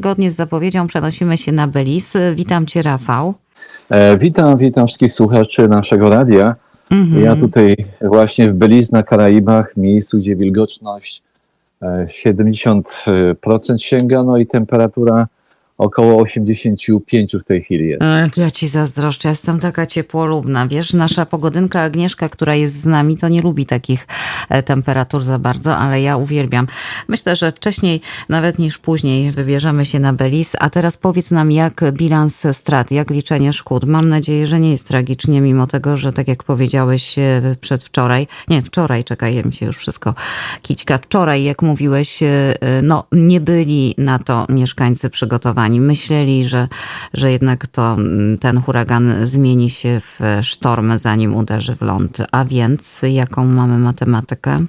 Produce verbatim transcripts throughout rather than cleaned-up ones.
zgodnie z zapowiedzią przenosimy się na Belize. Witam Cię, Rafał. E, witam, witam wszystkich słuchaczy naszego radia. Mm-hmm. Ja tutaj właśnie w Belize na Karaibach, miejscu, gdzie wilgotność e, siedemdziesiąt procent sięga, no i temperatura około osiemdziesiąt pięć w tej chwili jest. Ja ci zazdroszczę, jestem taka ciepłolubna. Wiesz, nasza pogodynka Agnieszka, która jest z nami, to nie lubi takich temperatur za bardzo, ale ja uwielbiam. Myślę, że wcześniej nawet niż później wybierzemy się na Belize. A teraz powiedz nam, jak bilans strat, jak liczenie szkód. Mam nadzieję, że nie jest tragicznie, mimo tego, że tak jak powiedziałeś przedwczoraj, nie, wczoraj, czekaj, mi się już wszystko kićka. Wczoraj, jak mówiłeś, no nie byli na to mieszkańcy przygotowani. Myśleli, że, że jednak to ten huragan zmieni się w sztorm, zanim uderzy w ląd. A więc jaką mamy matematykę?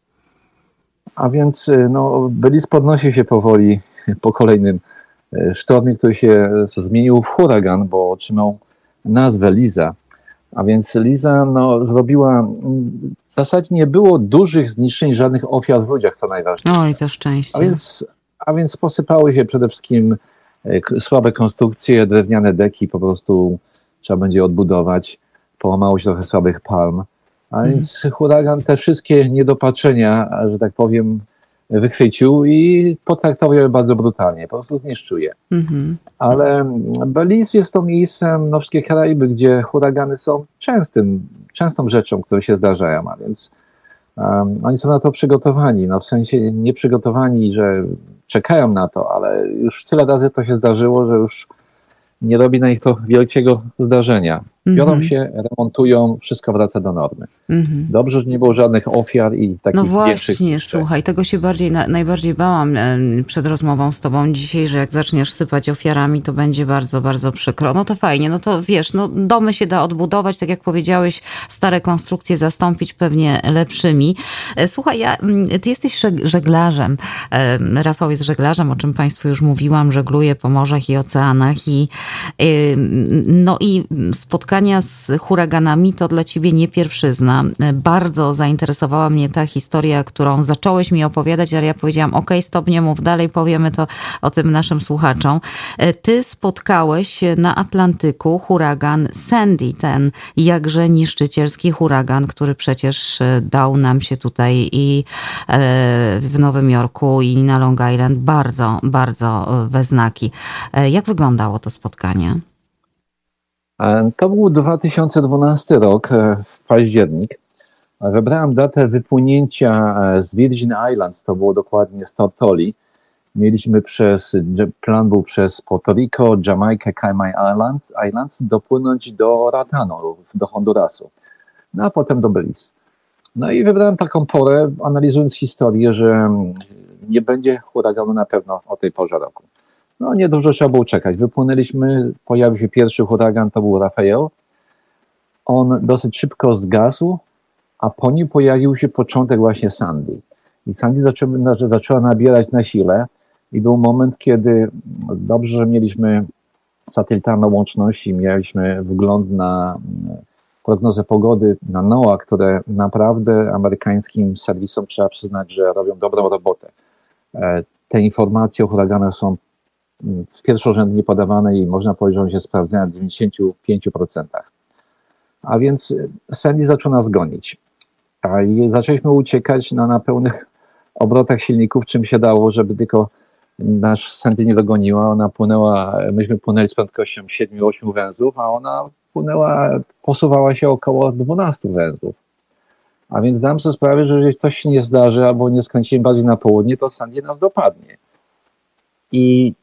A więc no, Belize podnosi się powoli po kolejnym sztormie, który się zmienił w huragan, bo otrzymał nazwę Liza. A więc Liza no, zrobiła, w zasadzie nie było dużych zniszczeń, żadnych ofiar w ludziach, co najważniejsze. Oj, to szczęście. A więc, a więc posypały się przede wszystkim słabe konstrukcje, drewniane deki po prostu trzeba będzie odbudować. Połamało się trochę słabych palm. A więc mm. huragan te wszystkie niedopatrzenia, że tak powiem, wychwycił i potraktował je bardzo brutalnie, po prostu zniszczył je. Mm-hmm. Ale Belize jest to miejscem, no wszystkie Karaiby, gdzie huragany są częstym, częstą rzeczą, które się zdarzają, a więc um, oni są na to przygotowani, no w sensie nie przygotowani, że czekają na to, ale już tyle razy to się zdarzyło, że już nie robi na nich to wielkiego zdarzenia. Biorą mm-hmm. się, remontują, wszystko wraca do normy. Mm-hmm. Dobrze, że nie było żadnych ofiar i takich No właśnie, większych słuchaj, tego się bardziej na, najbardziej bałam przed rozmową z tobą dzisiaj, że jak zaczniesz sypać ofiarami, to będzie bardzo, bardzo przykro. No to fajnie, no to wiesz, no domy się da odbudować, tak jak powiedziałeś, stare konstrukcje zastąpić pewnie lepszymi. Słuchaj, ja, ty jesteś żeglarzem. Rafał jest żeglarzem, o czym państwu już mówiłam, żegluje po morzach i oceanach i no i spotkanie z huraganami to dla ciebie nie pierwszyzna. Bardzo zainteresowała mnie ta historia, którą zacząłeś mi opowiadać, ale ja powiedziałam, okej, stop, nie mów dalej, powiemy to o tym naszym słuchaczom. Ty spotkałeś na Atlantyku huragan Sandy, ten jakże niszczycielski huragan, który przecież dał nam się tutaj i w Nowym Jorku, i na Long Island bardzo, bardzo we znaki. Jak wyglądało to spotkanie? To był dwa tysiące dwunasty rok, w październik. Wybrałem datę wypłynięcia z Virgin Islands, to było dokładnie z Tortoli. Mieliśmy przez, plan był przez Puerto Rico, Jamaikę, Cayman Islands, Islands dopłynąć do Ratano, do Hondurasu, no a potem do Belize. No i wybrałem taką porę, analizując historię, że nie będzie huraganu na pewno o tej porze roku. No nie dużo trzeba było czekać. Wypłynęliśmy, pojawił się pierwszy huragan, to był Rafael. On dosyć szybko zgasł, a po nim pojawił się początek właśnie Sandy. I Sandy zaczęła, zaczęła nabierać na sile i był moment, kiedy dobrze, że mieliśmy satelitarną łączność i mieliśmy wgląd na prognozę pogody na NOAA, które naprawdę amerykańskim serwisom trzeba przyznać, że robią dobrą robotę. Te informacje o huraganach są pierwszorzędnie podawane i można powiedzieć, że one się sprawdzają w dziewięćdziesięciu pięciu procentach. A więc Sandy zaczął nas gonić. A i zaczęliśmy uciekać na, na pełnych obrotach silników, czym się dało, żeby tylko nasz Sandy nie dogoniła. Ona płynęła, myśmy płynęli z prędkością siedmiu ośmiu węzłów, a ona płynęła, posuwała się około dwunastu węzłów. A więc dam sobie sprawę, że jeżeli coś się nie zdarzy, albo nie skręcimy bardziej na południe, to Sandy nas dopadnie. I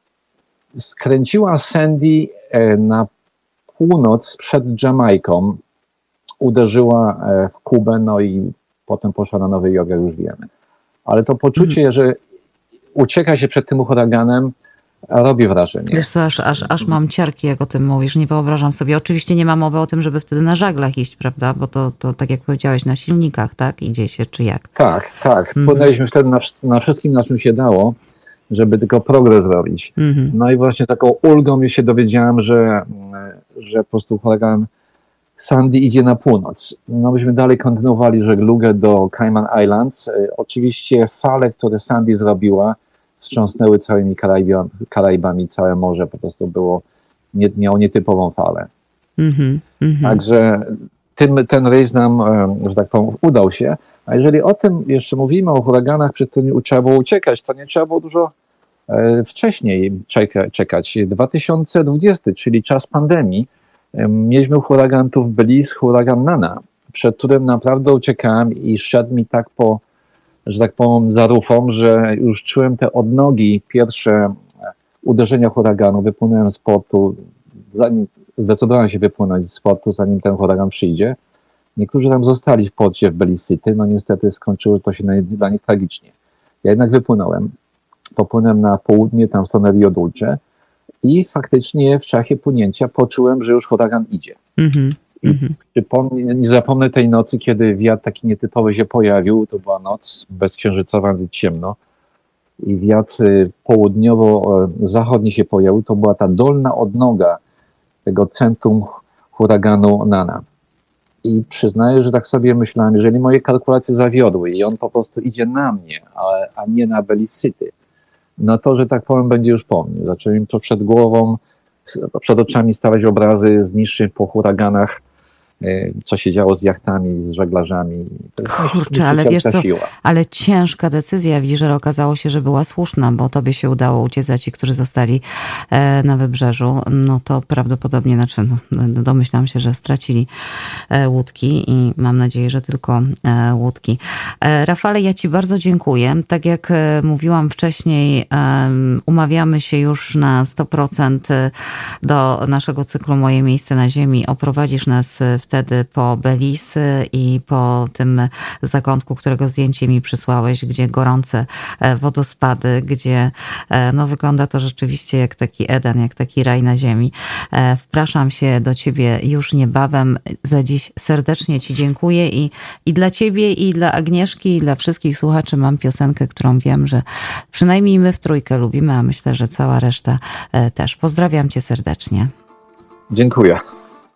skręciła Sandy na północ przed Jamajką, uderzyła w Kubę, no i potem poszła na Nowy Jork, jak już wiemy. Ale to poczucie, mm. że ucieka się przed tym huraganem, robi wrażenie. Wiesz co, aż, aż, aż mam ciarki, jak o tym mówisz, nie wyobrażam sobie. Oczywiście nie ma mowy o tym, żeby wtedy na żaglach iść, prawda? Bo to, to tak jak powiedziałeś, na silnikach, tak? Idzie się, czy jak? Tak, tak. Mm. Płynęliśmy wtedy na, na wszystkim, na czym się dało, żeby tylko progres robić. Mm-hmm. No i właśnie taką ulgą się dowiedziałem, że, że po prostu huragan Sandy idzie na północ. No myśmy dalej kontynuowali żeglugę do Cayman Islands. Oczywiście fale, które Sandy zrobiła, wstrząsnęły całymi Karaibami, Karaibami, całe morze po prostu było, nie, miało nietypową falę. Mm-hmm, mm-hmm. Także tym, ten rejs nam, że tak powiem, udał się. A jeżeli o tym jeszcze mówimy, o huraganach, przed którymi trzeba było uciekać, to nie trzeba było dużo e, wcześniej czeka, czekać. dwa tysiące dwudziesty, czyli czas pandemii, e, mieliśmy huragan tu w Belize, huragan Nana, przed którym naprawdę uciekałem i szedł mi tak po, że tak powiem, za rufą, że już czułem te odnogi, pierwsze uderzenia huraganu, wypłynąłem z portu, zanim, zdecydowałem się wypłynąć z portu, zanim ten huragan przyjdzie. Niektórzy tam zostali w porcie w Belize City, no niestety skończyło to się dla nich tragicznie. Ja jednak wypłynąłem, popłynąłem na południe, tam w stronę Rio Dulce i faktycznie w czasie płynięcia poczułem, że już huragan idzie. Mm-hmm. I przypomnę, nie zapomnę tej nocy, kiedy wiatr taki nietypowy się pojawił, to była noc bezksiężycowa, ciemno i wiatr południowo-zachodni się pojawił, to była ta dolna odnoga tego centrum huraganu Nana. I przyznaję, że tak sobie myślałem, jeżeli moje kalkulacje zawiodły i on po prostu idzie na mnie, a, a nie na Belize City, no to, że tak powiem, będzie już po mnie. Zaczęły mi to przed głową, przed oczami stawać obrazy z niższych po huraganach, co się działo z jachtami, z żeglarzami. Kurczę, ale wiesz co, ale ciężka decyzja. Widzisz, że okazało się, że była słuszna, bo tobie się udało uciec, a ci, którzy zostali na wybrzeżu, no to prawdopodobnie, znaczy no, domyślam się, że stracili łódki i mam nadzieję, że tylko łódki. Rafale, ja ci bardzo dziękuję. Tak jak mówiłam wcześniej, umawiamy się już na sto procent do naszego cyklu Moje miejsce na ziemi. Oprowadzisz nas wtedy po Belize i po tym zakątku, którego zdjęcie mi przysłałeś, gdzie gorące wodospady, gdzie no, wygląda to rzeczywiście jak taki Eden, jak taki raj na ziemi. Wpraszam się do ciebie już niebawem. Za dziś serdecznie ci dziękuję i, i dla ciebie, i dla Agnieszki, i dla wszystkich słuchaczy mam piosenkę, którą wiem, że przynajmniej my w trójkę lubimy, a myślę, że cała reszta też. Pozdrawiam cię serdecznie. Dziękuję.